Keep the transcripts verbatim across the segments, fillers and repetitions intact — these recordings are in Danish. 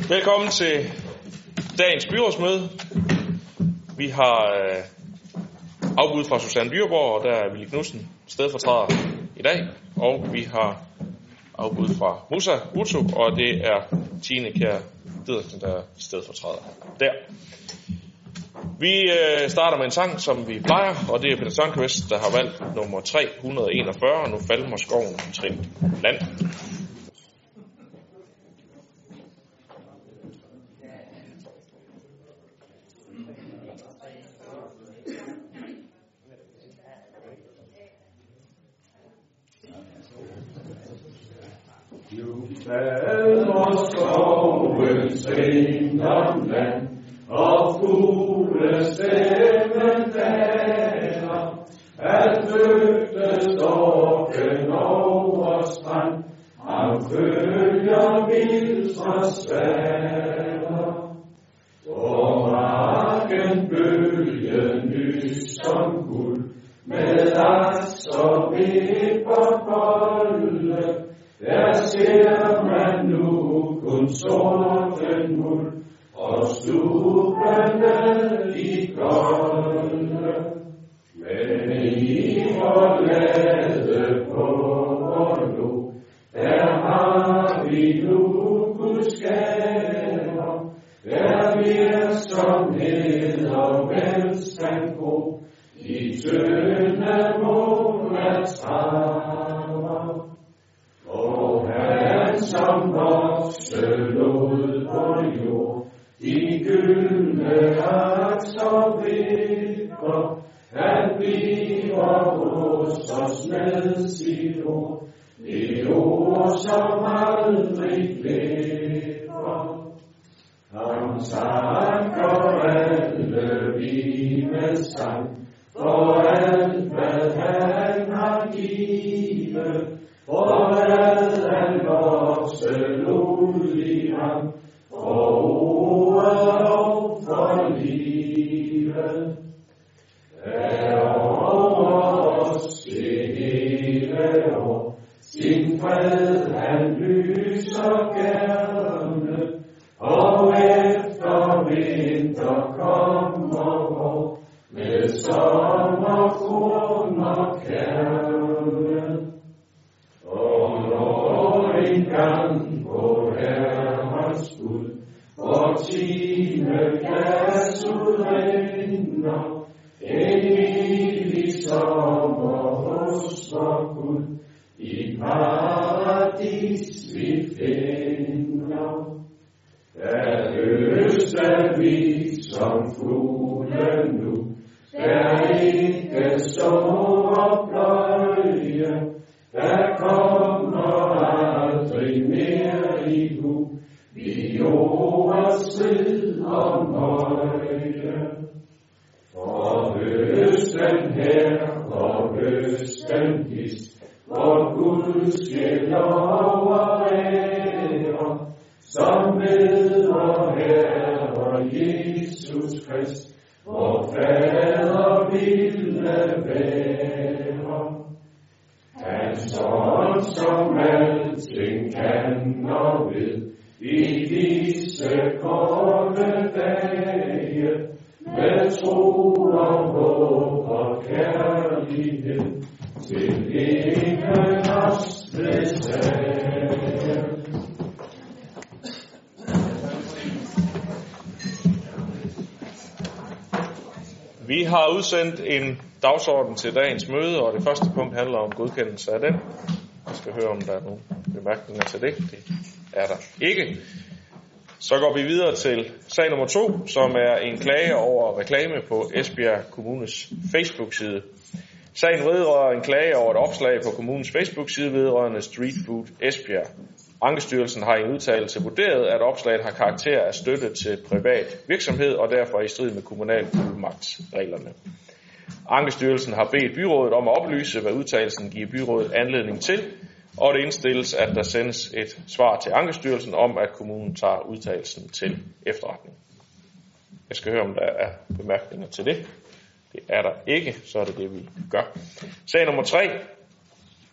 Velkommen til dagens byrådsmøde. Vi har øh, afbud fra Susanne Dyreborg, og der er Willy Knudsen stedfortræder i dag. Og vi har afbud fra Musa Utu, og det er Tine Kjær Diddersen, der er stedfortræder der. Vi øh, starter med en sang, som vi plejer, og det er Peter Sundqvist, der har valgt nummer tre hundrede og enogfyrre, Nu falmer skoven trin land. Nu falmer skoven trin land, og fuglestemmen daler, at flygte storken over strand, han følger vildres valer. Hvor marken bølge nys som guld, med laks og vipper bolle, der ser man nu kun sorten muld, og stuberne i golde. Men i forlade på vor nu, der har vi nu Guds gaver, der virksomhed og velstand god, i tynde månedstraver. Og han som vokse lod på jord, de gyldne akser vipper, han bliver hos os med sit ord, et ord som aldrig glipper. Han takker alle vi med sang, for alt hvad han har givet, for hvad han vokse lod i ham, for ordet og for livet. Er over os det hele år, sin fred han lyser gerne, og efter vinter kommer vor, med sommer, korn og kærne. Og når en gang på Herrens bud, hvor time glas udrinder, en evig sommer hos vor Gud, i paradis vi finder. Der høster vi som fugle nu, der ikke står og pløje, der kommer aldrig mere i hu, vi jordens strid og møje. For høsten her og høsten hist, hvor Gud skal lov og ære, som ved vor Herre Jesus Krist, vor Fader ville være. Hans ånd, som alting kan og ved, i disse korte dage, med tro og håb og kærlighed, til evigt os besager. Vi har udsendt en dagsorden til dagens møde, og det første punkt handler om godkendelse af den. Jeg skal høre, om der er nogle bemærkninger til det. Det er der ikke. Så går vi videre til sag nummer to, som er en klage over reklame på Esbjerg Kommunes Facebook-side. Sagen vedrører en klage over et opslag på kommunens Facebook-side vedrørende Street Food Esbjerg. Ankestyrelsen har i en udtalelse vurderet, at opslaget har karakter af støtte til privat virksomhed og derfor er i strid med kommunalfuldmagtsreglerne. Ankestyrelsen har bedt byrådet om at oplyse, hvad udtalelsen giver byrådet anledning til, og det indstilles, at der sendes et svar til Ankestyrelsen om, at kommunen tager udtalelsen til efterretning. Jeg skal høre, om der er bemærkninger til det. Det er der ikke, så er det det, vi gør. Sag nummer tre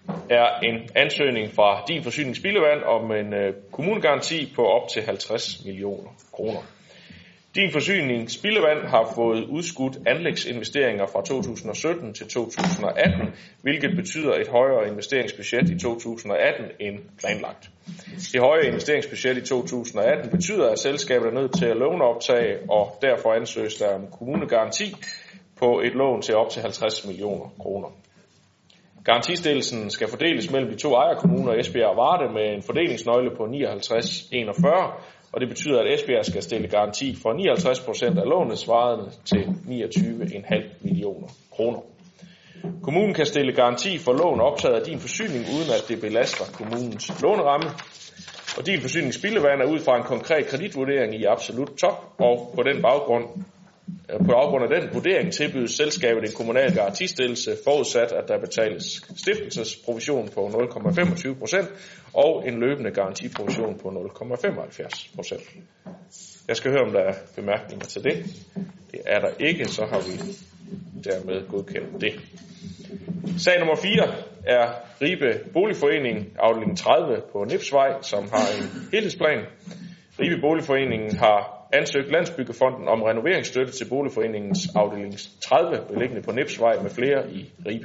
er en ansøgning fra Din Forsyning Spildevand om en øh, kommunegaranti på op til halvtreds millioner kroner. Din Forsyning Spildevand har fået udskudt anlægsinvesteringer fra to tusind og sytten til to tusind og atten, hvilket betyder et højere investeringsbudget i to tusind og atten end planlagt. Det høje investeringsbudget i to tusind og atten betyder, at selskabet er nødt til at låneoptage, og derfor ansøges der om kommunegaranti på et lån til op til halvtreds millioner kroner. Garantistillelsen skal fordeles mellem de to ejerkommuner, Esbjerg og Varde, med en fordelingsnøgle på nioghalvtreds enogfyrre, og det betyder, at Esbjerg skal stille garanti for nioghalvtreds procent af lånet, svarende til niogtyve komma fem millioner kroner. Kommunen kan stille garanti for lån optaget af Din Forsyning, uden at det belaster kommunens låneramme. Og Din Forsyning Spildevand er ud fra en konkret kreditvurdering i absolut top, og på den baggrund På baggrund af den vurdering tilbydes selskabet en kommunal garantistillelse, forudsat at der betales stiftelsesprovision på nul komma femogtyve procent og en løbende garantiprovision på nul komma femoghalvfjerds procent. Jeg skal høre, om der er bemærkninger til det. Det er der ikke, så har vi dermed godkendt det. Sag nummer fire er Ribe Boligforening, afdeling tredive på Nipsvej, som har en helhedsplan. Ribe Boligforeningen har ansøgt Landsbyggefonden om renoveringsstøtte til boligforeningens afdeling tredive, beliggende på Nipsvej med flere i Ribe.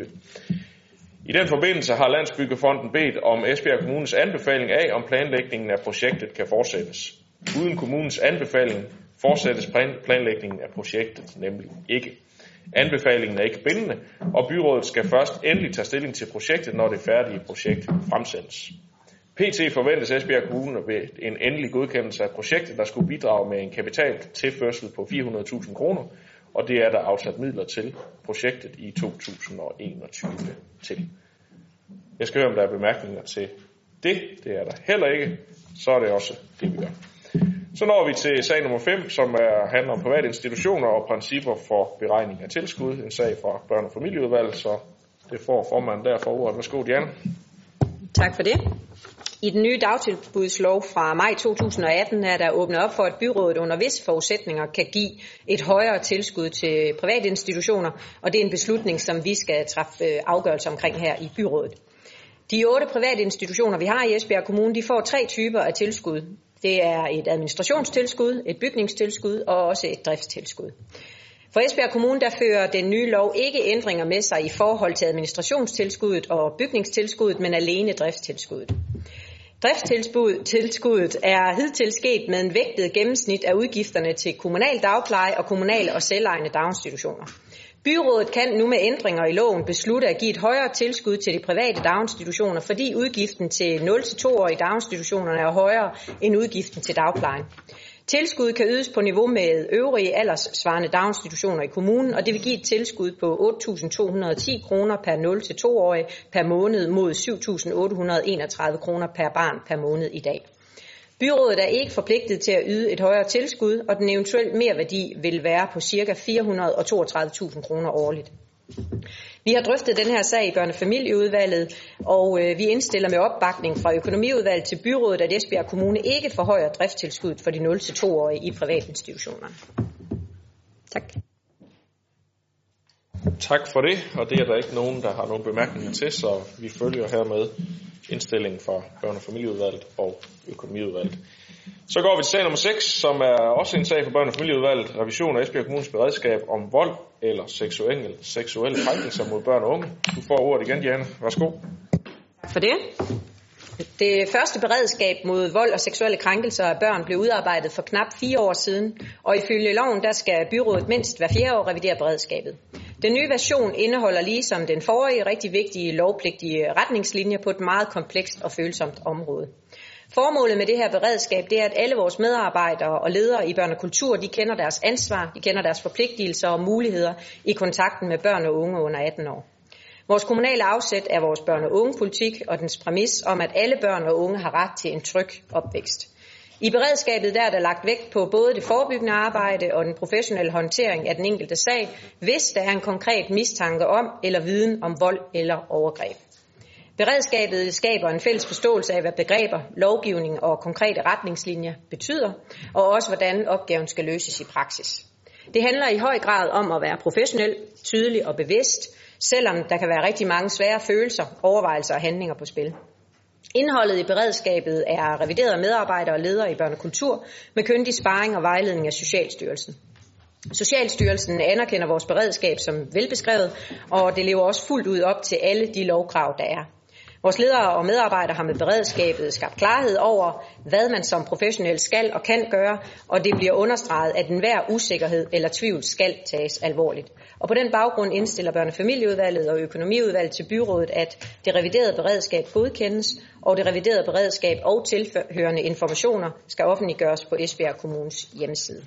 I den forbindelse har Landsbyggefonden bedt om Esbjerg Kommunes anbefaling af, om planlægningen af projektet kan fortsættes. Uden kommunens anbefaling fortsættes planlægningen af projektet nemlig ikke. Anbefalingen er ikke bindende, og byrådet skal først endelig tage stilling til projektet, når det færdige projekt fremsendes. P T forventes Esbjerg Kommune ved en endelig godkendelse af projektet, der skulle bidrage med en kapital tilførsel på fire hundrede tusind kroner, og det er der afsat midler til projektet i to tusind og enogtyve til. Jeg skal høre, om der er bemærkninger til det. Det er der heller ikke. Så er det også det, vi gør. Så når vi til sag nummer fem, som er, handler om private institutioner og principper for beregning af tilskud. En sag fra børne- og familieudvalget, så det får formanden derfor ordet. Værsgo, Diana. Tak for det. I den nye dagtilbudslov fra maj to tusind og atten er der åbnet op for, at byrådet under visse forudsætninger kan give et højere tilskud til private institutioner, og det er en beslutning, som vi skal træffe afgørelse omkring her i byrådet. De otte private institutioner, vi har i Esbjerg Kommune, de får tre typer af tilskud. Det er et administrationstilskud, et bygningstilskud og også et driftstilskud. For Esbjerg Kommune der fører den nye lov ikke ændringer med sig i forhold til administrationstilskuddet og bygningstilskuddet, men alene driftstilskuddet. Driftstilskuddet er hidtil sket med en vægtet gennemsnit af udgifterne til kommunal dagpleje og kommunale og selvejende daginstitutioner. Byrådet kan nu med ændringer i loven beslutte at give et højere tilskud til de private daginstitutioner, fordi udgiften til nul til to-årige daginstitutionerne er højere end udgiften til dagplejen. Tilskud kan ydes på niveau med øvrige alderssvarende daginstitutioner i kommunen, og det vil give et tilskud på otte tusind to hundrede og ti kroner per nul til to-årige per måned mod syv tusind otte hundrede og enogtredive kroner per barn per måned i dag. Byrådet er ikke forpligtet til at yde et højere tilskud, og den eventuelle merværdi vil være på ca. fire hundrede og toogtredive tusind kroner årligt. Vi har drøftet den her sag i børne- og familieudvalget, og øh, vi indstiller med opbakning fra økonomiudvalget til byrådet, at Esbjerg Kommune ikke forhøjer driftstilskuddet for de nul til to-årige i privatinstitutionerne. Tak. Tak for det, og det er der ikke nogen, der har nogen bemærkninger til, så vi følger hermed indstillingen fra børne- og familieudvalget og økonomiudvalget. Så går vi til sag nummer seks, som er også en sag for børne- og familieudvalget. Revision af Esbjerg Kommunes beredskab om vold eller seksuelle, seksuelle krænkelser mod børn og unge. Du får ordet igen, Diana. Værsgo. Tak for det. Det første beredskab mod vold og seksuelle krænkelser af børn blev udarbejdet for knap fire år siden, og ifølge loven der skal byrådet mindst hver fjerde år revidere beredskabet. Den nye version indeholder ligesom den forrige rigtig vigtige lovpligtige retningslinjer på et meget komplekst og følsomt område. Formålet med det her beredskab, det er, at alle vores medarbejdere og ledere i børn og kultur, de kender deres ansvar, de kender deres forpligtelser og muligheder i kontakten med børn og unge under atten år. Vores kommunale afsæt er vores børn- og ungepolitik og dens præmis om, at alle børn og unge har ret til en tryg opvækst. I beredskabet der er der lagt vægt på både det forebyggende arbejde og den professionelle håndtering af den enkelte sag, hvis der er en konkret mistanke om eller viden om vold eller overgreb. Beredskabet skaber en fælles forståelse af, hvad begreber, lovgivning og konkrete retningslinjer betyder, og også hvordan opgaven skal løses i praksis. Det handler i høj grad om at være professionel, tydelig og bevidst, selvom der kan være rigtig mange svære følelser, overvejelser og handlinger på spil. Indholdet i beredskabet er reviderede medarbejdere og ledere i børne- og kultur med kyndig sparring og vejledning af Socialstyrelsen. Socialstyrelsen anerkender vores beredskab som velbeskrevet, og det lever også fuldt ud op til alle de lovkrav, der er. Vores ledere og medarbejdere har med beredskabet skabt klarhed over, hvad man som professionel skal og kan gøre, og det bliver understreget, at enhver usikkerhed eller tvivl skal tages alvorligt. Og på den baggrund indstiller børne- og familieudvalget og økonomiudvalget til byrådet, at det reviderede beredskab godkendes, og det reviderede beredskab og tilhørende informationer skal offentliggøres på Esbjerg Kommunes hjemmeside.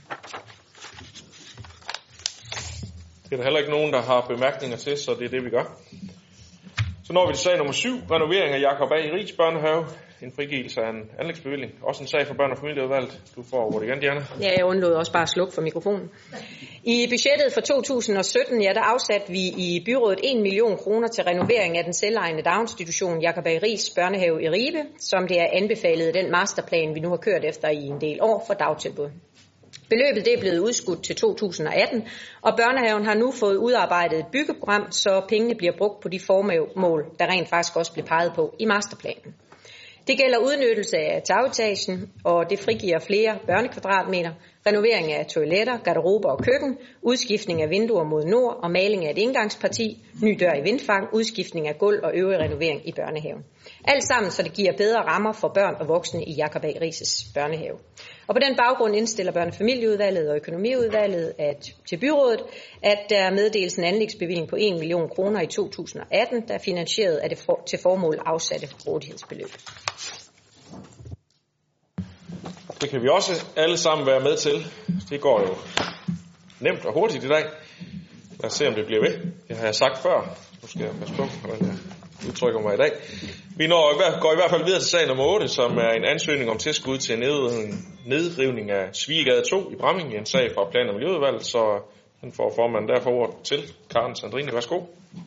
Det er der heller ikke nogen, der har bemærkninger til, så det er det, vi gør. Så når vi til sag nummer syv, renovering af Jakob A. Riis børnehave, en frigivelse af en anlægsbevilling. Også en sag for børne- og familieudvalget. Du får ordet igen, Diana. Ja, jeg undlod også bare at slukke for mikrofonen. I budgettet for to tusind og sytten, ja, der afsatte vi i byrådet en million kroner til renovering af den selvejende daginstitution Jakob A. Riis børnehave i Ribe, som det er anbefalet i den masterplan, vi nu har kørt efter i en del år for dagtilbud. Beløbet det er blevet udskudt til to tusind og atten, og børnehaven har nu fået udarbejdet et byggeprogram, så pengene bliver brugt på de formål, der rent faktisk også blev peget på i masterplanen. Det gælder udnyttelse af tagetagen, og det frigiver flere børnekvadratmeter, renovering af toiletter, garderober og køkken, udskiftning af vinduer mod nord og maling af et indgangsparti, ny dør i vindfang, udskiftning af gulv og øvrig renovering i børnehaven. Alt sammen, så det giver bedre rammer for børn og voksne i Jakob A. Riis' børnehave. Og på den baggrund indstiller børne- og familieudvalget og økonomiudvalget at, til byrådet, at der meddeles en anlægsbevilling på en million kroner i to tusind og atten, der er finansieret af det for, til formål afsatte rådighedsbeløb. Det kan vi også alle sammen være med til. Det går jo nemt og hurtigt i dag. Lad os se, om det bliver ved. Det har jeg sagt før. Nu skal jeg passe på, hvordan jeg udtrykker mig i dag. Vi når, går i hvert fald videre til sag nummer otte, som er en ansøgning om tilskud til nedrivning, nedrivning af Svigegade to i Bramming, en sag fra Plan- og Miljøudvalget, så den får formanden derfor ordet til. Karen Sandrine, værsgo.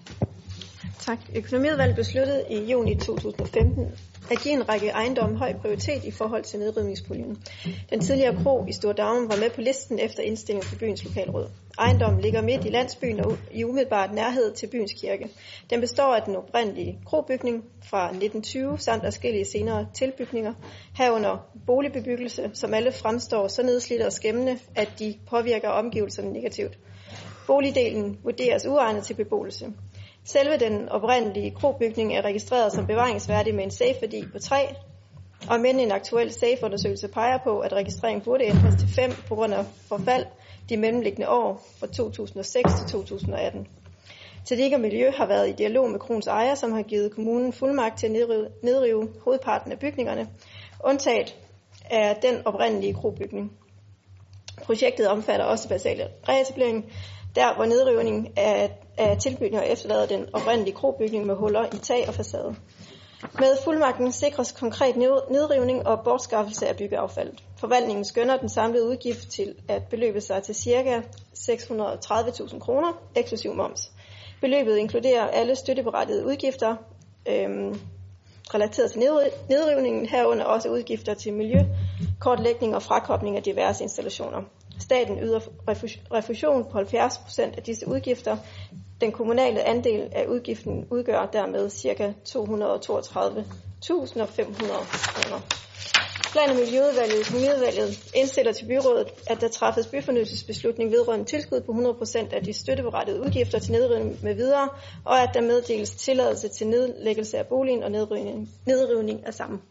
Tak. Økonomiudvalget besluttede i juni to tusind og femten at give en række ejendomme høj prioritet i forhold til nedrivningspuljen. Den tidligere kro i Store Daum var med på listen efter indstilling fra byens lokalråd. Ejendommen ligger midt i landsbyen og i umiddelbart nærhed til byens kirke. Den består af den oprindelige krobygning fra nitten tyve samt forskellige senere tilbygninger, herunder boligbebyggelse, som alle fremstår så nedslidte og skæmmende, at de påvirker omgivelserne negativt. Boligdelen vurderes uegnet til beboelse. Selve den oprindelige krobygning er registreret som bevaringsværdig med en safe-værdi på tre, og men en aktuel safe-undersøgelse peger på, at registreringen burde ændres til fem på grund af forfald de mellemliggende år fra to tusind og seks til to tusind og atten. Trafik og Miljø har været i dialog med kroens ejer, som har givet kommunen fuldmagt til at nedrive, nedrive hovedparten af bygningerne, undtaget af den oprindelige krobygning. Projektet omfatter også basal reetablering, der hvor nedrivning af, af tilbygninger efterlader den oprindelige krobygning med huller i tag og facade. Med fuldmagten sikres konkret nedrivning og bortskaffelse af byggeaffaldet. Forvaltningen skønner den samlede udgift til at beløbe sig til ca. seks hundrede og tredive tusind kroner, eksklusiv moms. Beløbet inkluderer alle støtteberettigede udgifter øhm, relateret til nedrivningen, herunder også udgifter til miljø, kortlægning og frakobling af diverse installationer. Staten yder refusion på halvfjerds procent af disse udgifter. Den kommunale andel af udgiften udgør dermed ca. to hundrede og toogtredive tusind fem hundrede kroner. Plan- og Miljøudvalget og Økonomiudvalget indstiller til byrådet, at der træffes byfornyelsesbeslutning vedrørende tilskud på hundrede procent af de støtteberettigede udgifter til nedrivning med videre, og at der meddeles tilladelse til nedlæggelse af boligen og nedrivning, nedrivning af samme.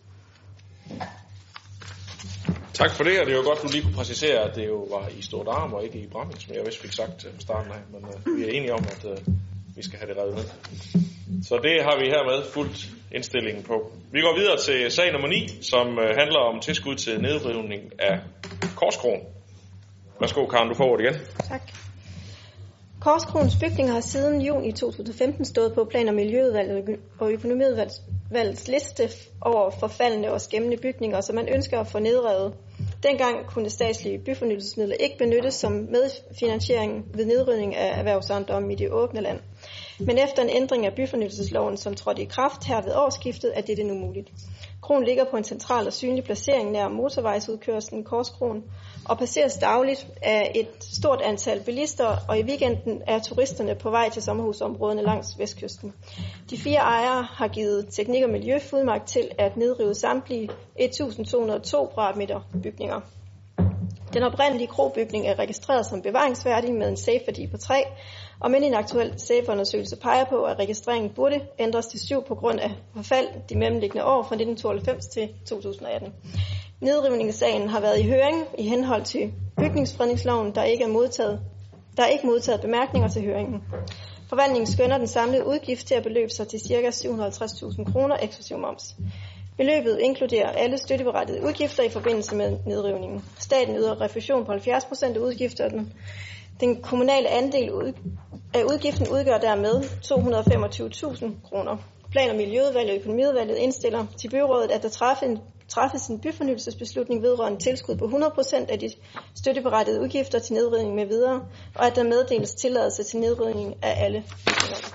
Tak for det, og det er jo godt, du lige kunne præcisere, at det jo var i Store Daum og ikke i Bramming, som jeg vist fik sagt fra starten af, men uh, vi er enige om, at uh, vi skal have det revet ned. Så det har vi hermed fuldt indstillingen på. Vi går videre til sag nummer ni, som uh, handler om tilskud til nedrivning af Korskroen. Værsgo, Karen, du får ordet igen. Tak. Korskroens bygninger har siden juni to tusind og femten stået på Plan- og Miljøudvalget og Økonomiudvalgets liste over forfaldende og skæmmende bygninger, som man ønsker at få nedrevet. Dengang kunne statslige byfornyelsesmidler ikke benyttes som medfinansiering ved nedrivning af erhvervsejendomme i det åbne land. Men efter en ændring af byfornyelsesloven, som trådte i kraft her ved årsskiftet, er dette nu muligt. Kroen ligger på en central og synlig placering nær motorvejsudkørslen Korskroen og passeres dagligt af et stort antal bilister, og i weekenden er turisterne på vej til sommerhusområderne langs vestkysten. De fire ejere har givet Teknik- og Miljø fuldmagt til at nedrive samtlige et tusind to hundrede og to kvadratmeter bygninger. Den oprindelige krobygning er registreret som bevaringsværdig med en safe-værdi på tre, og men en aktuel safe-undersøgelse peger på, at registreringen burde ændres til syv på grund af forfald de mellemliggende år fra nitten tooghalvfems til to tusind og atten. Nedrivningssagen har været i høring i henhold til bygningsfredningsloven, der ikke er modtaget, der er ikke modtaget bemærkninger til høringen. Forvaltningen skønner den samlede udgift til at beløbe sig til ca. syv hundrede og halvtreds tusind kroner eksklusiv moms. Beløbet inkluderer alle støtteberettigede udgifter i forbindelse med nedrivningen. Staten yder refusion på halvfjerds procent af udgifterne. Den kommunale andel af udgiften udgør dermed to hundrede og femogtyve tusind kroner. Plan- og Miljøudvalget og Økonomiudvalget indstiller til byrådet, at der træffes en, træffes en byfornyelsesbeslutning vedrørende tilskud på hundrede procent af de støtteberettigede udgifter til nedrivning med videre, og at der meddeles tilladelse til nedrivning af alle bygninger.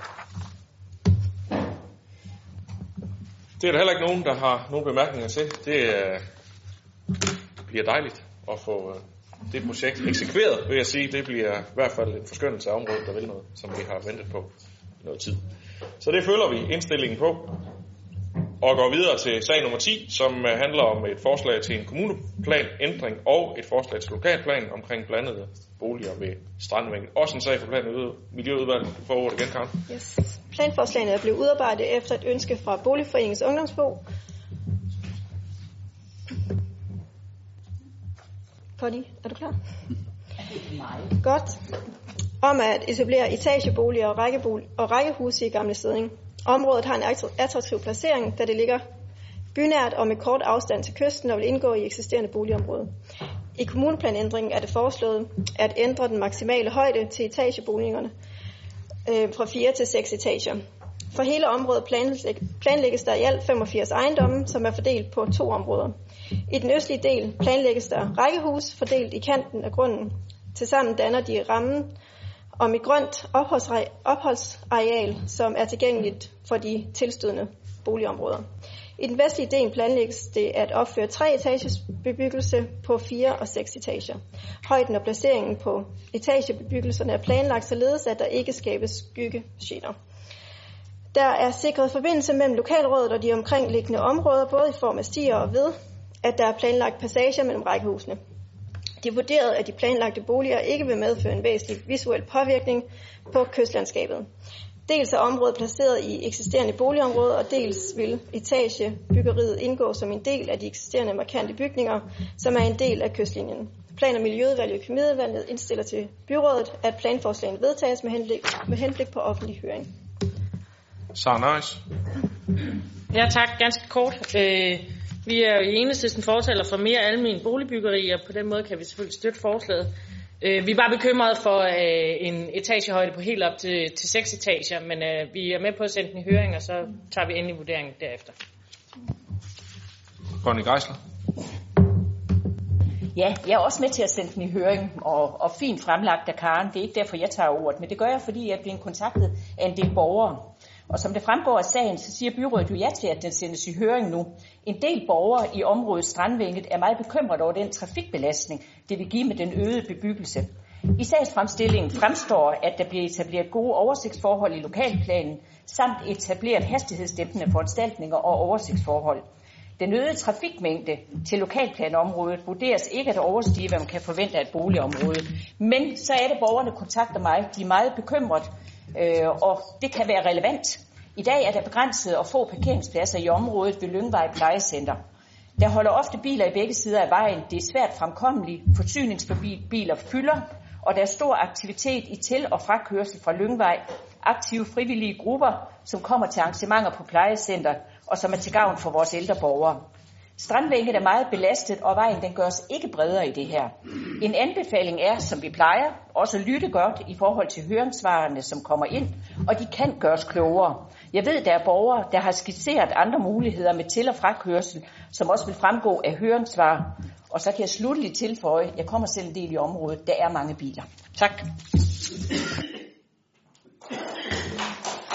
Det er der heller ikke nogen, der har nogle bemærkninger til. Det øh, bliver dejligt at få øh, det projekt eksekveret, vil jeg sige. Det bliver i hvert fald en forskønnelse af området, der vil noget, som vi har ventet på i noget tid. Så det følger vi indstillingen på. Og går videre til sag nummer ti, som handler om et forslag til en kommuneplanændring og et forslag til lokalplan omkring blandede boliger ved Strandvænget. Også en sag for Plan- og Miljøudvalget. Du får ordet igen, Karen. Yes. Planforslagene er blevet udarbejdet efter et ønske fra Boligforeningens Ungdomsbo. Connie, er du klar? Nej. Godt. Om at etablere etageboliger og, rækkebol- og rækkehuse i Gamle Sæding. Området har en attraktiv placering, da det ligger bynært og med kort afstand til kysten og vil indgå i eksisterende boligområde. I kommuneplanændringen er det foreslået at ændre den maksimale højde til etageboligerne øh, fra fire til seks etager. For hele området planlæg- planlægges der i alt femogfirs ejendomme, som er fordelt på to områder. I den østlige del planlægges der rækkehus fordelt i kanten af grunden. Tilsammen danner de rammen om et grønt opholdsareal, som er tilgængeligt for de tilstødende boligområder. I den vestlige del planlægges det at opføre tre etagers bebyggelse på fire og seks etager. Højden og placeringen på etagebebyggelserne er planlagt således, at der ikke skabes skyggegener. Der er sikret forbindelse mellem lokalrådet og de omkringliggende områder, både i form af stier og ved, at der er planlagt passager mellem rækkehusene. Det er vurderet, at de planlagte boliger ikke vil medføre en væsentlig visuel påvirkning på kystlandskabet. Dels er området placeret i eksisterende boligområder, og dels vil etagebyggeriet indgå som en del af de eksisterende markante bygninger, som er en del af kystlinjen. Plan- og Miljøudvalget og Økonomiudvalget indstiller til byrådet, at planforslagene vedtages med henblik, med henblik på offentlig høring. Sara Nice. Ja tak, ganske kort. Øh, vi er jo i Enhedslisten fortaler for mere almen boligbyggeri, og på den måde kan vi selvfølgelig støtte forslaget. Øh, vi er bare bekymrede for øh, en etagehøjde på helt op til, til seks etager, men øh, vi er med på at sende den i høring, og så tager vi endelig vurderingen derefter. Connie Geisler. Ja, jeg er også med til at sende den i høring, og, og fint fremlagt af Karen. Det er ikke derfor, jeg tager ordet, men det gør jeg, fordi jeg bliver kontaktet af en del borgere. Og som det fremgår af sagen, så siger byrådet jo ja til, at den sendes i høring nu. En del borgere i området Strandvænget er meget bekymret over den trafikbelastning, det vil give med den øgede bebyggelse. I sagsfremstillingen fremstår, at der bliver etableret gode oversigtsforhold i lokalplanen, samt etableret hastighedsdæmpende foranstaltninger og oversigtsforhold. Den øgede trafikmængde til lokalplanområdet vurderes ikke at overstige, hvad man kan forvente af et boligområde. Men så er det, borgerne kontakter mig. De er meget bekymret, øh, og det kan være relevant. I dag er der begrænset at få parkeringspladser i området ved Lyngvej Plejecenter. Der holder ofte biler i begge sider af vejen. Det er svært fremkommeligt. Forsyningsbiler fylder, og der er stor aktivitet i til- og frakørsel fra Lyngvej. Aktive frivillige grupper, som kommer til arrangementer på plejecenter, og som er til gavn for vores ældre borgere. Strandvænget er meget belastet, og vejen den gøres ikke bredere i det her. En anbefaling er, som vi plejer, også lytte godt i forhold til høringssvarene, som kommer ind, og de kan gøres klogere. Jeg ved, der er borgere, der har skitseret andre muligheder med til- og frakørsel, som også vil fremgå af høringssvar. Og så kan jeg slutteligt tilføje, jeg kommer selv en del i området, der er mange biler. Tak.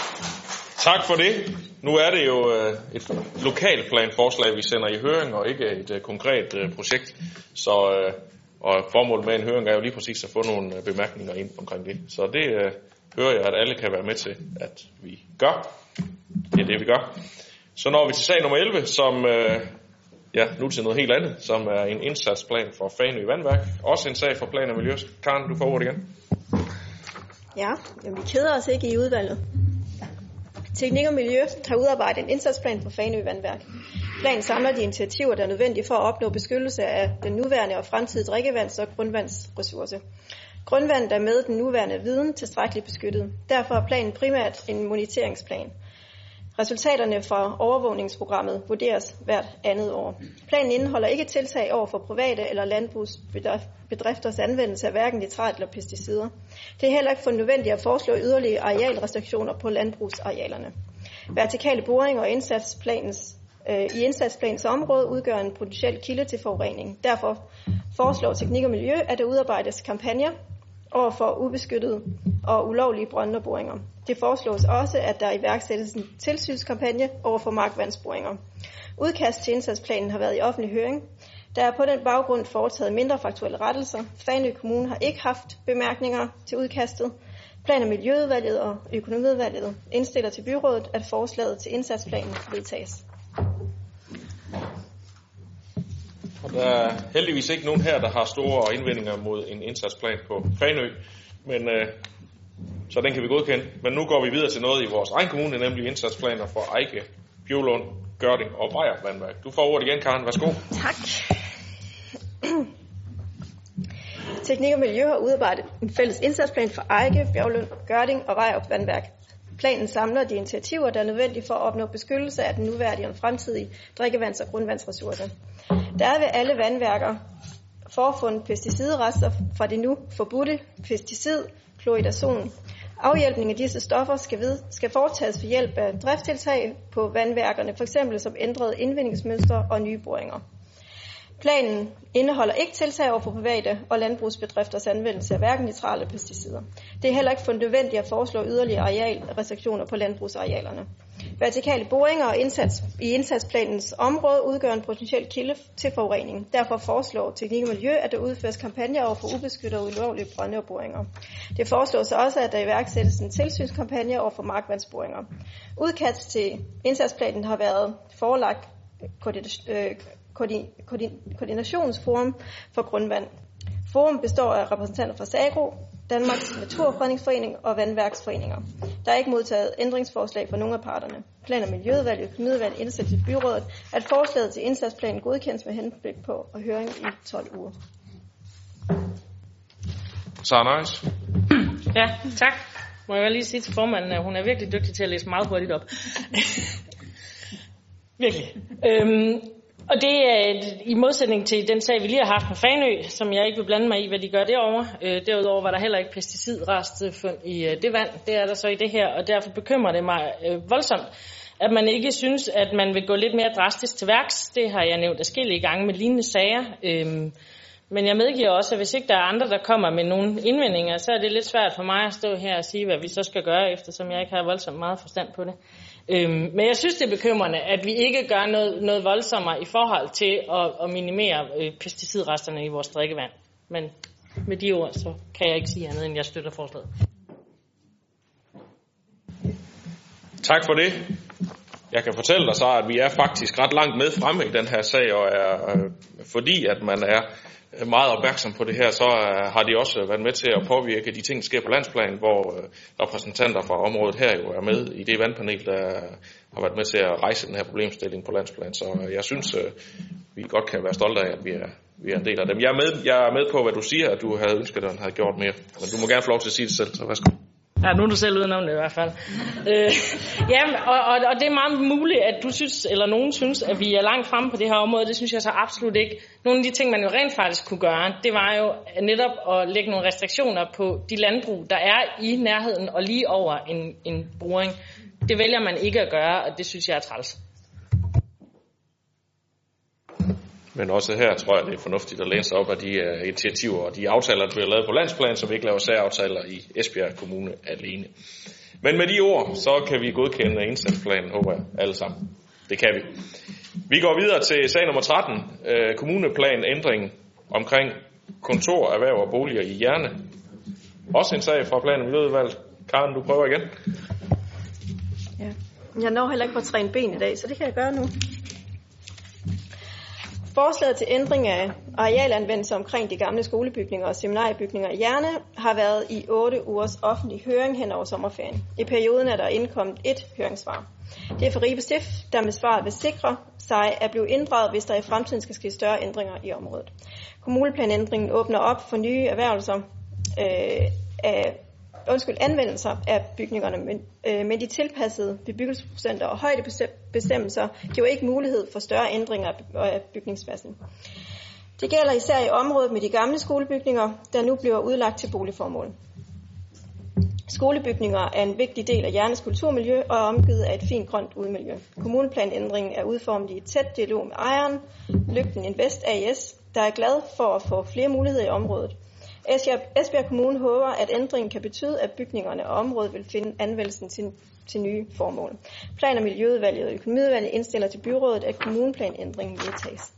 Tak for det. Nu er det jo et lokalplanforslag, vi sender i høring, og ikke et konkret projekt. Så, og formålet med en høring er jo lige præcis at få nogle bemærkninger ind omkring det. Så det hører jeg, at alle kan være med til, at vi gør. Det er det, vi gør. Så når vi til sag nummer elleve, som ja, nu til noget helt andet, som er en indsatsplan for Fanø Vandværk. Også en sag for Plan og Miljø. Karen, du får ordet igen. Ja, jamen, vi keder os ikke i udvalget. Teknik og Miljø har udarbejdet en indsatsplan for Fanø Vandværk. Planen samler de initiativer, der er nødvendige for at opnå beskyttelse af den nuværende og fremtidige drikkevands- og grundvandsressource. Grundvandet er med den nuværende viden tilstrækkeligt beskyttet. Derfor er planen primært en moniteringsplan. Resultaterne fra overvågningsprogrammet vurderes hvert andet år. Planen indeholder ikke tiltag over for private eller landbrugsbedrifters anvendelse af hverken nitrat eller pesticider. Det er heller ikke fundet nødvendigt at foreslå yderligere arealrestriktioner på landbrugsarealerne. Vertikale boringer og indsatsplanens, øh, i indsatsplanens område udgør en potentiel kilde til forurening. Derfor foreslår Teknik og Miljø, at der udarbejdes kampagner over for ubeskyttede og ulovlige brønde og boringer. Det foreslås også, at der iværksættes en tilsynskampagne over for markvandsboringer. Udkast til indsatsplanen har været i offentlig høring. Der er på den baggrund foretaget mindre faktuelle rettelser. Fanø Kommune har ikke haft bemærkninger til udkastet. Plan- og Miljøudvalget og Økonomiudvalget indstiller til byrådet, at forslaget til indsatsplanen vedtages. Og der er heldigvis ikke nogen her, der har store indvendinger mod en indsatsplan på Fanø, men øh, så den kan vi godkende. Men nu går vi videre til noget i vores egen kommune, nemlig indsatsplaner for Ejke, Bjølund, Gørding og Brejer Vandværk. Du får ordet igen, Karen. Værsgo. Tak. Teknik og Miljø har udarbejdet en fælles indsatsplan for Ejke, Bjørlund, Gørding og Brejer Vandværk. Planen samler de initiativer, der er nødvendige for at opnå beskyttelse af den nuværdige og fremtidige drikkevands- og grundvandsressourcer. Der er ved alle vandværker forfundet pesticidrester fra det nu forbudte pesticid chloridazon. Afhjælpning af disse stoffer skal, ved, skal foretages ved hjælp af driftstiltag på vandværkerne, f.eks. som ændrede indvindingsmønstre og nye boringer. Planen indeholder ikke tiltag over for private og landbrugsbedrifters anvendelse af hverken nitrat eller pesticider. Det er heller ikke fundet nødvendigt at foreslå yderligere arealrestriktioner på landbrugsarealerne. Vertikale boringer og indsats, i indsatsplanens område udgør en potentiel kilde til forurening. Derfor foreslår Teknik og Miljø, at der udføres kampagner over for ubeskyttede og ulovlige brønde og boringer. Det foreslås også, at der iværksættes en tilsynskampagne over for markvandsboringer. Udkast til indsatsplanen har været forelagt koordinationsforum for grundvand. Forum består af repræsentanter fra SAGRO, Danmarks Naturfredningsforening og Vandværksforeninger. Der er ikke modtaget ændringsforslag fra nogen af parterne. Plan- og Miljøudvalget og Økonomiudvalget indsætter til byrådet, at forslaget til indsatsplanen godkendes med henblik på og høring i tolv uger. Så nice. Ja, tak. Må jeg lige sige til formanden, at hun er virkelig dygtig til at læse meget hurtigt op. Virkelig. Øhm, Og det er i modsætning til den sag, vi lige har haft med Fanø, som jeg ikke vil blande mig i, hvad de gør derovre. Øh, derudover var der heller ikke pesticidrestfund i øh, det vand. Det er der så i det her, og derfor bekymrer det mig øh, voldsomt, at man ikke synes, at man vil gå lidt mere drastisk til værks. Det har jeg nævnt adskillige gange med lignende sager. Øh, men jeg medgiver også, at hvis ikke der er andre, der kommer med nogle indvendinger, så er det lidt svært for mig at stå her og sige, hvad vi så skal gøre, eftersom jeg ikke har voldsomt meget forstand på det. Øhm, men jeg synes, det er bekymrende, at vi ikke gør noget, noget voldsommere i forhold til at, at minimere øh, pesticidresterne i vores drikkevand. Men med de ord, så kan jeg ikke sige andet, end jeg støtter forslaget. Tak for det. Jeg kan fortælle dig så, at vi er faktisk ret langt med fremme i den her sag, og er, øh, fordi at man er meget opmærksom på det her, så øh, har de også været med til at påvirke de ting, der sker på landsplan, hvor øh, repræsentanter fra området her jo er med i det vandpanel, der har været med til at rejse den her problemstilling på landsplan. Så øh, jeg synes, øh, vi godt kan være stolte af, at vi er, vi er en del af dem. Jeg er, med, jeg er med på, hvad du siger, at du havde ønsket, at den havde gjort mere. Men du må gerne få lov til at sige det selv, så værsgo. Ja, nu er du selv udenom det i hvert fald. Øh, ja, og, og, og det er meget muligt, at du synes, eller nogen synes, at vi er langt fremme på det her område. Det synes jeg så absolut ikke. Nogle af de ting, man jo rent faktisk kunne gøre, det var jo netop at lægge nogle restriktioner på de landbrug, der er i nærheden og lige over en, en boring. Det vælger man ikke at gøre, og det synes jeg er træls. Men også her tror jeg, det er fornuftigt at læne sig op af de uh, initiativer og de aftaler, der bliver lavet på landsplan, så vi ikke laver særaftaler i Esbjerg Kommune alene. Men med de ord, så kan vi godkende indsatsplanen, håber jeg, alle sammen. Det kan vi. Vi går videre til sag nummer tretten, øh, kommuneplan ændring omkring kontor, erhverv og boliger i Jerne. Også en sag fra plan- og miljøudvalget. Karen, du prøver igen. Ja. Jeg når heller ikke på at træne ben i dag, så det kan jeg gøre nu. Forslaget til ændring af arealanvendelse omkring de gamle skolebygninger og seminariebygninger i Jerne har været i otte ugers offentlig høring hen over sommerferien. I perioden er der indkommet et høringssvar. Det er for Ribe Stift, der med svaret vil sikre sig at blive inddraget, hvis der i fremtiden skal ske større ændringer i området. Kommuneplanændringen åbner op for nye erhvervelser øh, af undskyld, anvendelser af bygningerne, men, øh, men de tilpassede bebyggelsesprocenter og højdebestemmelser giver ikke mulighed for større ændringer af bygningsmassen. Det gælder især i området med de gamle skolebygninger, der nu bliver udlagt til boligformål. Skolebygninger er en vigtig del af Jernes kulturmiljø og er omgivet af et fint grønt udmiljø. Kommuneplanændringen er udformet i et tæt dialog med ejeren, Lygten Invest A S, der er glad for at få flere muligheder i området. Esbjerg Kommune håber, at ændringen kan betyde, at bygningerne og området vil finde anvendelsen til, til nye formål. Plan- og Miljøudvalget og Økonomiudvalget indstiller til byrådet, at kommuneplanændringen vedtages.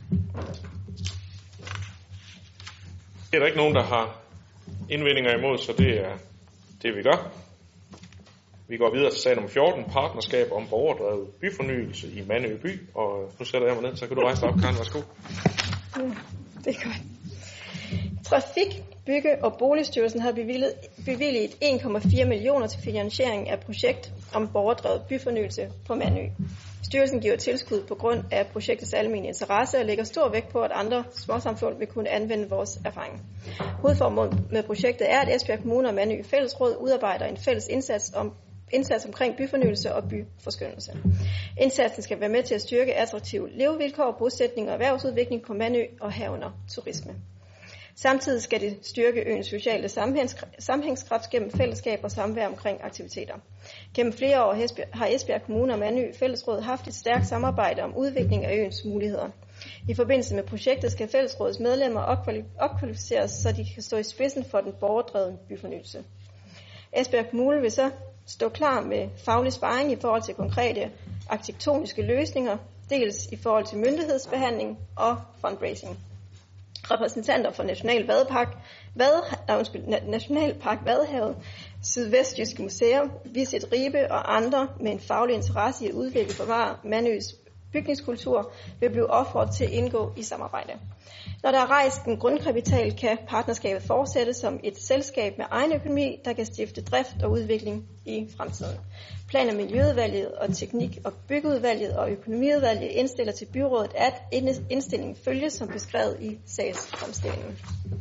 Det er der ikke nogen, der har indvendinger imod, så det er det, vi gør. Vi går videre til sag nummer fjorten, partnerskab om borgerdrevet byfornyelse i Mandø by. Og nu sætter jeg mig ned, så kan du rejse dig op, Karen. Værsgo. Ja, det er godt. Trafik, Bygge- og Boligstyrelsen har bevilget, bevilget en komma fire millioner til finansiering af projekt om borgerdrevet byfornyelse på Mandø. Styrelsen giver tilskud på grund af projektets almene interesse og lægger stor vægt på, at andre småsamfund vil kunne anvende vores erfaring. Hovedformålet med projektet er, at Esbjerg Kommune og Mandø Fællesråd udarbejder en fælles indsats om indsats omkring byfornyelse og byforskyndelse. Indsatsen skal være med til at styrke attraktive levevilkår, bosætning og erhvervsudvikling på Mandø og herunder turisme. Samtidig skal det styrke øens sociale sammenhængskraft gennem fællesskab og samvær omkring aktiviteter. Gennem flere år har Esbjerg Kommune og Mandø Fællesråd haft et stærkt samarbejde om udvikling af øens muligheder. I forbindelse med projektet skal Fællesrådets medlemmer opkvalificeres, så de kan stå i spidsen for den borgerdrevne byfornyelse. Esbjerg Kommune vil så stå klar med faglig sparring i forhold til konkrete arkitektoniske løsninger, dels i forhold til myndighedsbehandling og fundraising. Repræsentanter for National Vadepark, Vade, nej, undskyld, Nationalpark Vadehavet, Sydvestjyske Museum, Visit Ribe og andre med en faglig interesse i at udvikle og bevare Mandøs bygningskultur vil blive opfordret til at indgå i samarbejde. Når der er rejst en grundkapital, kan partnerskabet fortsætte som et selskab med egen økonomi, der kan stifte drift og udvikling i fremtiden. Plan- og Miljøudvalget og Teknik- og Byggeudvalget og Økonomiudvalget indstiller til byrådet, at indstillingen følges som beskrevet i sagsfremstillingen.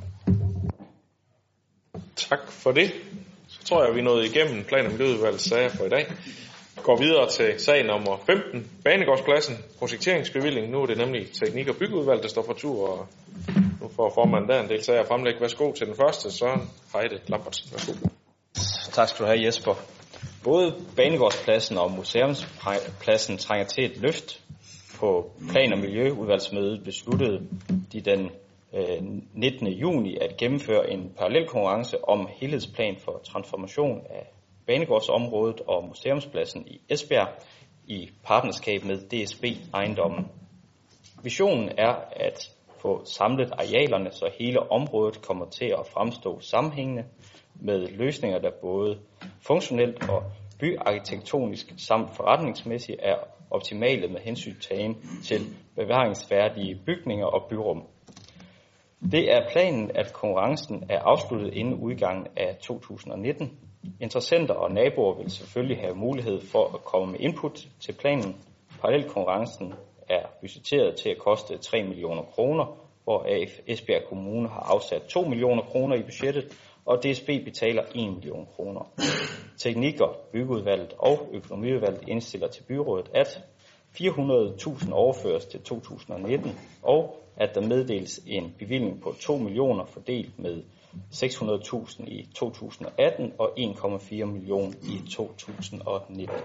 Tak for det. Så tror jeg, vi er nået igennem Plan- og Miljøudvalgets sager for i dag. Går videre til sag nummer femten, Banegårdspladsen, projekteringsbevilling. Nu er det nemlig Teknik- og Byggeudvalget, der står for tur, og nu får formanden der en del sager at fremlægge. Værsgo til den første, Søren Heide Lambertsen. Værsgo. Tak skal du have, Jesper. Både Banegårdspladsen og Museumspladsen trænger til et løft. På Plan- og Miljøudvalgsmødet besluttede de den nittende juni at gennemføre en parallelkonkurrence om helhedsplan for transformation af Banegårdsområdet og Museumspladsen i Esbjerg i partnerskab med D S B Ejendommen. Visionen er at få samlet arealerne, så hele området kommer til at fremstå sammenhængende med løsninger, der både funktionelt og byarkitektonisk samt forretningsmæssigt er optimale med hensyntagen til bevaringsværdige bygninger og byrum. Det er planen, at konkurrencen er afsluttet inden udgangen af to tusind og nitten. Interessenter og naboer vil selvfølgelig have mulighed for at komme med input til planen. Parallelkonkurrencen er budgetteret til at koste tre millioner kroner, hvoraf Esbjerg Kommune har afsat to millioner kroner i budgettet, og D S B betaler en million kroner. Teknik- og Byggeudvalget og Økonomiudvalget indstiller til byrådet, at fire hundrede tusind overføres til to tusind og nitten, og at der meddeles en bevilling på to millioner fordelt med seks hundrede tusind i to tusind og atten og en komma fire millioner i to tusind og nitten.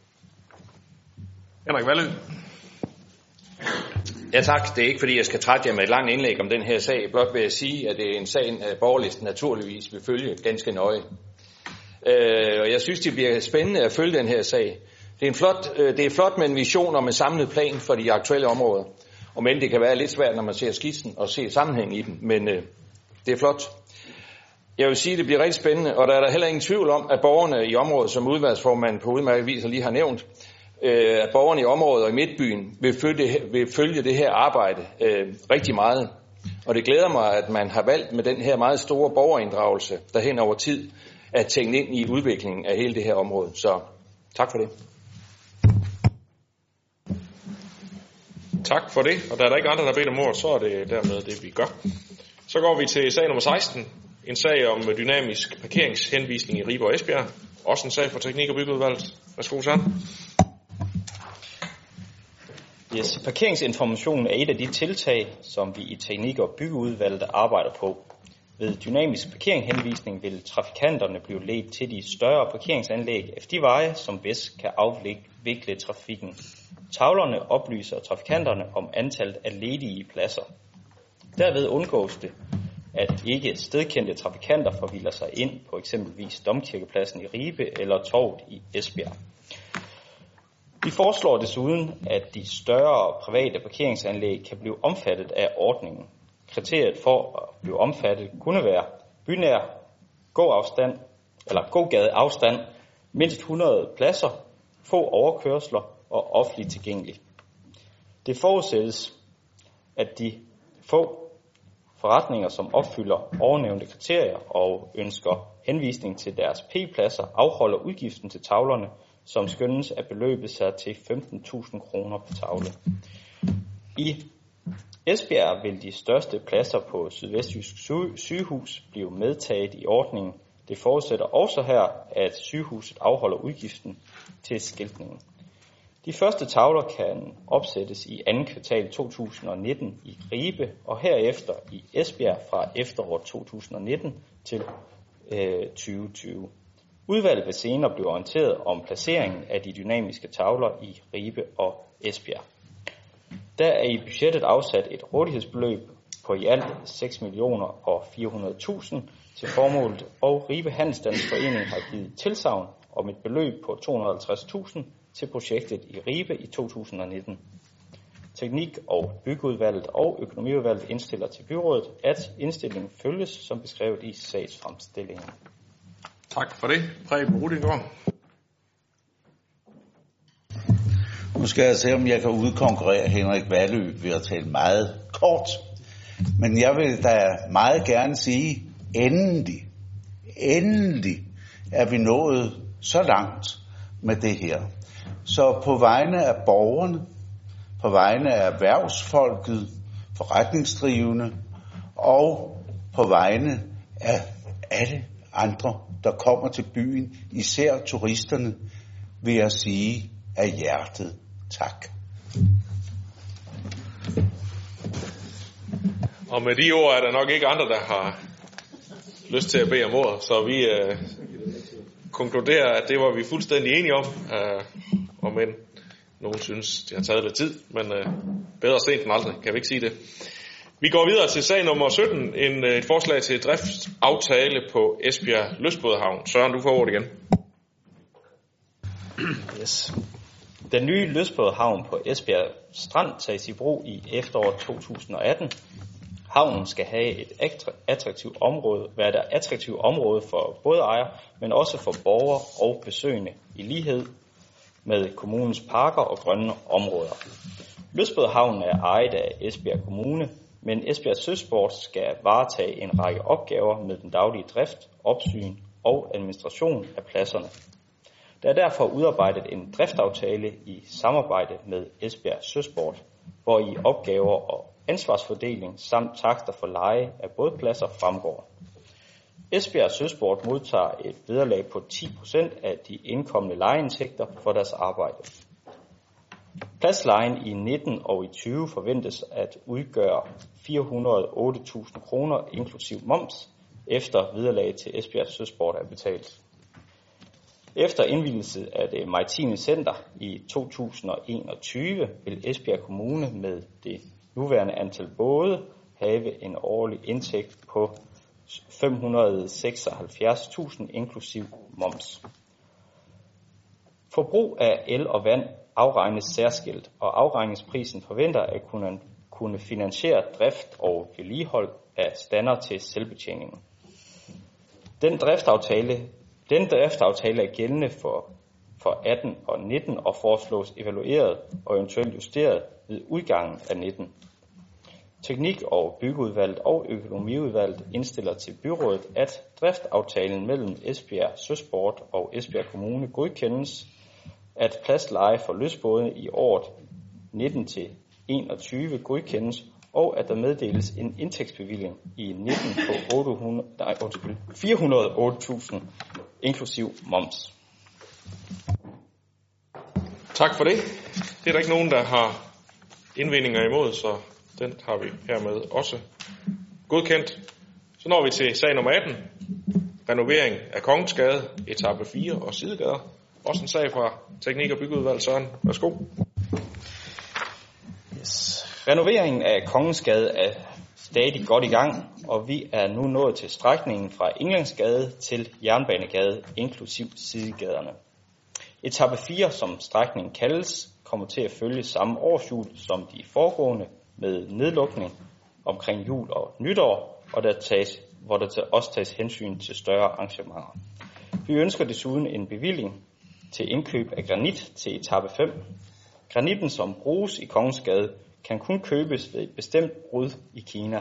Henrik Vallø. Ja tak, det er ikke fordi jeg skal trætte jer med et langt indlæg om den her sag, blot vil jeg sige, at det er en sag, at borgerlisten naturligvis vil følge ganske nøje. Øh, og jeg synes, det bliver spændende at følge den her sag. Det er, en flot, øh, det er flot med en vision om en samlet plan for de aktuelle områder. Og men det kan være lidt svært, når man ser skitsen og ser sammenhængen i den, men øh, det er flot. Jeg vil sige, at det bliver rigtig spændende, og der er der heller ingen tvivl om, at borgerne i området, som udvalgsformanden på udmærket vis lige har nævnt, øh, at borgerne i området og i Midtbyen vil følge, vil følge det her arbejde øh, rigtig meget. Og det glæder mig, at man har valgt med den her meget store borgerinddragelse, der hen over tid, at tænke ind i udviklingen af hele det her område. Så tak for det. Tak for det, og da der ikke er andre, der beder om ordet, så er det dermed det, vi gør. Så går vi til sag nummer seksten, en sag om dynamisk parkeringshenvisning i Ribe og Esbjerg. Også en sag for Teknik- og Byggeudvalget. Værsgo, Søren. Yes, parkeringsinformationen er et af de tiltag, som vi i Teknik- og Byggeudvalget arbejder på. Ved dynamisk parkeringshenvisning vil trafikanterne blive ledt til de større parkeringsanlæg efter de veje, som bedst kan afvikle trafikken. Tavlerne oplyser trafikanterne om antallet af ledige pladser. Derved undgås det, at ikke stedkendte trafikanter forvilder sig ind på eksempelvis Domkirkepladsen i Ribe eller Torvet i Esbjerg. Vi foreslår desuden, at de større private parkeringsanlæg kan blive omfattet af ordningen. Kriteriet for at blive omfattet kunne være bynær, gåafstand eller gågade afstand, mindst hundrede pladser, få overkørsler og offentligt tilgængelig. Det forudsættes, at de få forretninger, som opfylder ovennævnte kriterier og ønsker henvisning til deres P-pladser, afholder udgiften til tavlerne, som skønnes at beløbe sig til femten tusind kroner per tavle. I Esbjerg vil de største pladser på Sydvestjysk sygehus blive medtaget i ordningen. Det forudsætter også her, at sygehuset afholder udgiften til skiltningen. De første tavler kan opsættes i andet kvartal to tusind og nitten i Ribe og herefter i Esbjerg fra efteråret to tusind og nitten til øh, tyve tyve. Udvalget vil senere blive orienteret om placeringen af de dynamiske tavler i Ribe og Esbjerg. Der er i budgettet afsat et rådighedsbeløb på i alt seks millioner og fire hundrede tusind til formålet, og Ribe Handelsstandsforening har givet tilsagn om et beløb på to hundrede og halvtreds tusind til projektet i Ribe i to tusind og nitten. Teknik- og Byggeudvalget og Økonomiudvalget indstiller til byrådet, at indstillingen følges som beskrevet i sagsfremstillingen. Tak for det. Preben Rudinggaard. Nu skal jeg se, om jeg kan udkonkurrere Henrik Valø ved at tale meget kort. Men jeg vil da meget gerne sige, endelig, endelig er vi nået så langt med det her. Så på vegne af borgerne, på vegne af erhvervsfolket, forretningsdrivende og på vegne af alle andre, der kommer til byen, især turisterne, vil jeg sige af hjertet tak. Og med de ord er der nok ikke andre, der har lyst til at bede om ordet, så vi øh, konkluderer, at det var vi fuldstændig enige om. Øh, og men nogen synes, det har taget lidt tid, men øh, bedre sent end aldrig, kan vi ikke sige det. Vi går videre til sag nummer sytten, en, et forslag til driftsaftale på Esbjerg Lystbådehavn. Søren, du får ordet igen. Yes. Den nye lystbådehavn på Esbjerg Strand tages i brug i efteråret to tusind og atten. Havnen skal have et attraktivt område, være et attraktivt område for både ejere, men også for borgere og besøgende, i lighed med kommunens parker og grønne områder. Lystbådehavnen er ejet af Esbjerg Kommune, men Esbjerg Søsport skal varetage en række opgaver med den daglige drift, opsyn og administration af pladserne. Der er derfor udarbejdet en driftaftale i samarbejde med Esbjerg Søsport, hvor i opgaver og ansvarsfordeling samt takster for leje af bådpladser fremgår. Esbjerg Søsport modtager et vederlag på ti procent af de indkommende lejeindtægter for deres arbejde. Pladslejen i nitten og i tyve forventes at udgøre fire hundrede og otte tusind kroner inklusiv moms, efter vederlag til Esbjerg Søsport er betalt. Efter indvielse af det maritime center i to tusind og enogtyve vil Esbjerg Kommune med det nuværende antal både have en årlig indtægt på fem hundrede og seksoghalvfjerds tusind inklusiv moms. Forbrug af el og vand afregnes særskilt, og afregningsprisen forventer at kunne, kunne finansiere drift og vedligehold af stander til selvbetjeningen. Den driftaftale, den driftaftale er gældende for, for atten og nitten og foreslås evalueret og eventuelt justeret ved udgangen af nitten. Teknik- og byggeudvalget og økonomiudvalget indstiller til byrådet, at driftaftalen mellem Esbjerg Søsport og Esbjerg Kommune godkendes, at pladsleje for lystbåde i året nitten til enogtyve godkendes, og at der meddeles en indtægtsbevilling i nitten på otte hundrede, nej, fire hundrede og otte tusind inklusiv moms. Tak for det. Det er der ikke nogen, der har indvendinger imod, så den har vi hermed også godkendt. Så når vi til sag nummer atten. Renovering af Kongensgade, etape fire og sidegader. Også en sag fra Teknik- og Byggeudvalget. Søren, værsgo. Yes. Renoveringen af Kongensgade er stadig godt i gang, og vi er nu nået til strækningen fra Englandsgade til Jernbanegade, inklusiv sidegaderne. Etape fire, som strækningen kaldes, kommer til at følge samme årshjul som de foregående, med nedlukning omkring jul og nytår, og der tages, hvor der også tages hensyn til større arrangementer. Vi ønsker desuden en bevilling til indkøb af granit til etape fem. Granitten, som bruges i Kongensgade, kan kun købes ved et bestemt brud i Kina.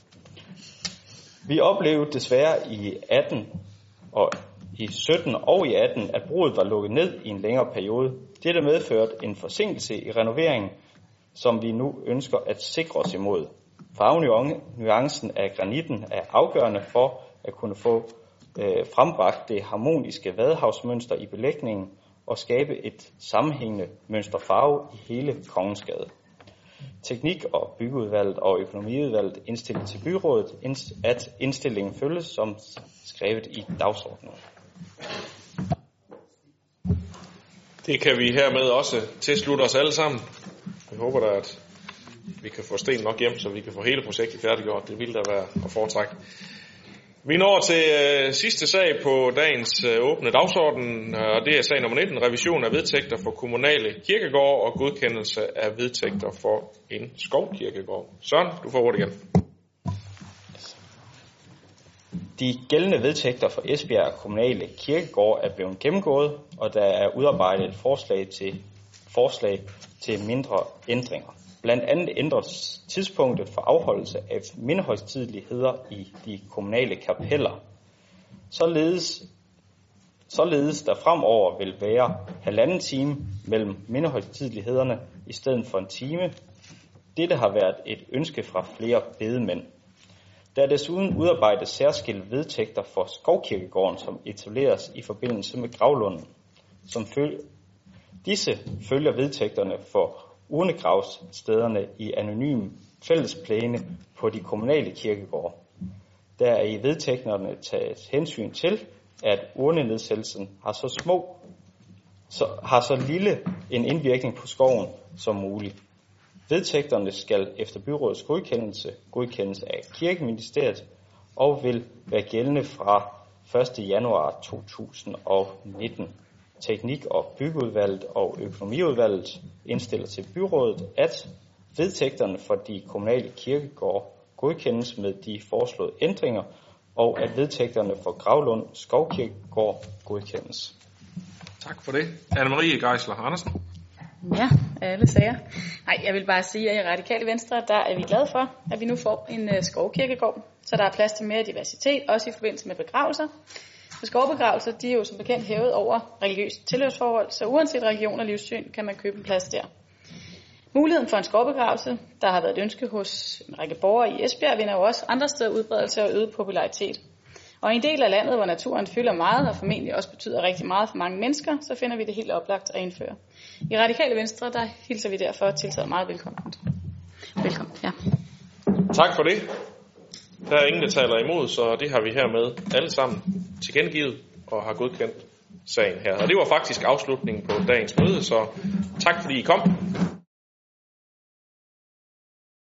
Vi oplevede desværre i atten og i sytten og i atten, at brudet var lukket ned i en længere periode. Dette medførte en forsinkelse i renoveringen, som vi nu ønsker at sikre os imod. Farvenuancen af granitten er afgørende for at kunne få øh, frembragt det harmoniske vadehavsmønster i belægningen og skabe et sammenhængende mønster farve i hele Kongensgade. Teknik- og Byggeudvalget og Økonomiudvalget indstiller til byrådet, at indstillingen følges som skrevet i dagsordenen. Det kan vi hermed også tilslutte os alle sammen. Jeg håber da, at vi kan få sten nok hjem, så vi kan få hele projektet færdiggjort. Det ville da være at foretrække. Vi når til øh, sidste sag på dagens øh, åbne dagsorden, og det er sag nummer nitten, revision af vedtægter for kommunale kirkegårde og godkendelse af vedtægter for en skovkirkegård. Søren, du får ordet igen. De gældende vedtægter for Esbjerg kommunale kirkegård er blevet gennemgået, og der er udarbejdet et forslag til, forslag til mindre ændringer. Blandt andet ændres tidspunktet for afholdelse af mindehøjtideligheder i de kommunale kapeller. Således, således der fremover vil være halvanden time mellem mindehøjtidelighederne i stedet for en time. Dette har været et ønske fra flere bedemænd. Der er desuden udarbejdet særskilte vedtægter for Skovkirkegården, som etableres i forbindelse med Gravlunden. Som følge, disse følger vedtægterne for urnegravsstederne i anonym fællesplæne på de kommunale kirkegårde. Der er i vedtægterne taget hensyn til, at urnenedsættelsen har så små, så, har så lille en indvirkning på skoven som muligt. Vedtægterne skal efter byrådets godkendelse godkendes af Kirkeministeriet og vil være gældende fra første januar to tusind og nitten. Teknik- og Byggeudvalget og Økonomiudvalget indstiller til byrådet, at vedtægterne for de kommunale kirkegårde godkendes med de foreslåede ændringer, og at vedtægterne for Gravlund Skovkirkegård godkendes. Tak for det. Anne-Marie Geisler Andersen. Ja, alle sager. Nej, jeg vil bare sige, at i Radikale Venstre, der er vi glade for, at vi nu får en uh, skovkirkegård, så der er plads til mere diversitet, også i forbindelse med begravelser. For skovbegravelser, de er jo som bekendt hævet over religiøst tilhørsforhold, så uanset religion og livssyn, kan man købe en plads der. Muligheden for en skovbegravelse, der har været et ønske hos en række borgere i Esbjerg, vinder jo også andre steder udbredelse og øget popularitet. Og i en del af landet, hvor naturen fylder meget og formentlig også betyder rigtig meget for mange mennesker, så finder vi det helt oplagt at indføre. I Radikale Venstre, der hilser vi derfor tiltaget meget velkommen. Velkommen, ja. Tak for det. Der er ingen, der taler imod, så det har vi hermed alle sammen tilkendegivet og har godkendt sagen her. Og det var faktisk afslutningen på dagens møde, så tak fordi I kom.